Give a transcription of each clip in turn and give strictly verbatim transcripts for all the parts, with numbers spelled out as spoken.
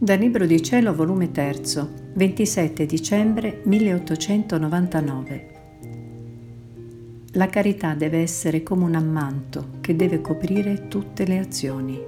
Dal Libro di Cielo, volume tre, ventisette dicembre milleottocentonovantanove. La carità deve essere come un ammanto che deve coprire tutte le azioni.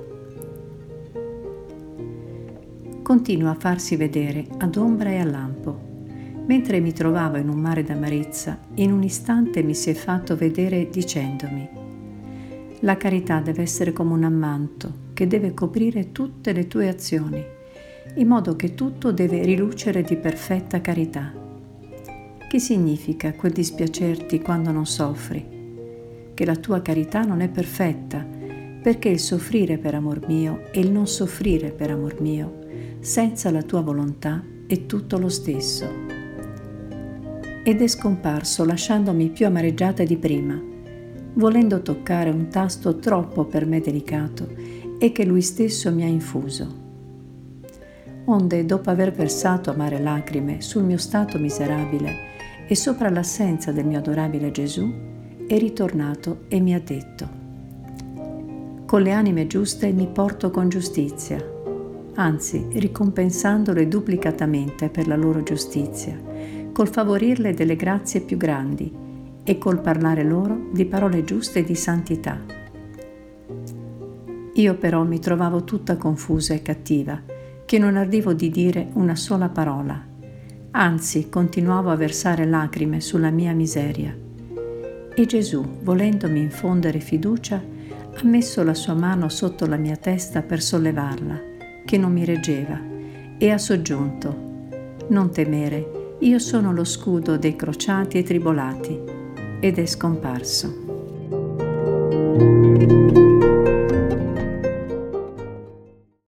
Continua a farsi vedere ad ombra e a lampo. Mentre mi trovavo in un mare d'amarezza, in un istante mi si è fatto vedere dicendomi: la carità deve essere come un ammanto che deve coprire tutte le tue azioni, in modo che tutto deve rilucere di perfetta carità. Che significa quel dispiacerti quando non soffri? Che la tua carità non è perfetta, perché il soffrire per amor mio e il non soffrire per amor mio, senza la tua volontà, è tutto lo stesso. Ed è scomparso lasciandomi più amareggiata di prima, volendo toccare un tasto troppo per me delicato e che lui stesso mi ha infuso. Onde, dopo aver versato amare lacrime sul mio stato miserabile e sopra l'assenza del mio adorabile Gesù, è ritornato e mi ha detto: con le anime giuste mi porto con giustizia, anzi ricompensandole duplicatamente per la loro giustizia, col favorirle delle grazie più grandi e col parlare loro di parole giuste e di santità. Io però mi trovavo tutta confusa e cattiva, che non ardivo di dire una sola parola, anzi continuavo a versare lacrime sulla mia miseria. E Gesù, volendomi infondere fiducia, ha messo la sua mano sotto la mia testa per sollevarla, che non mi reggeva, e ha soggiunto: non temere, io sono lo scudo dei crociati e tribolati, ed è scomparso.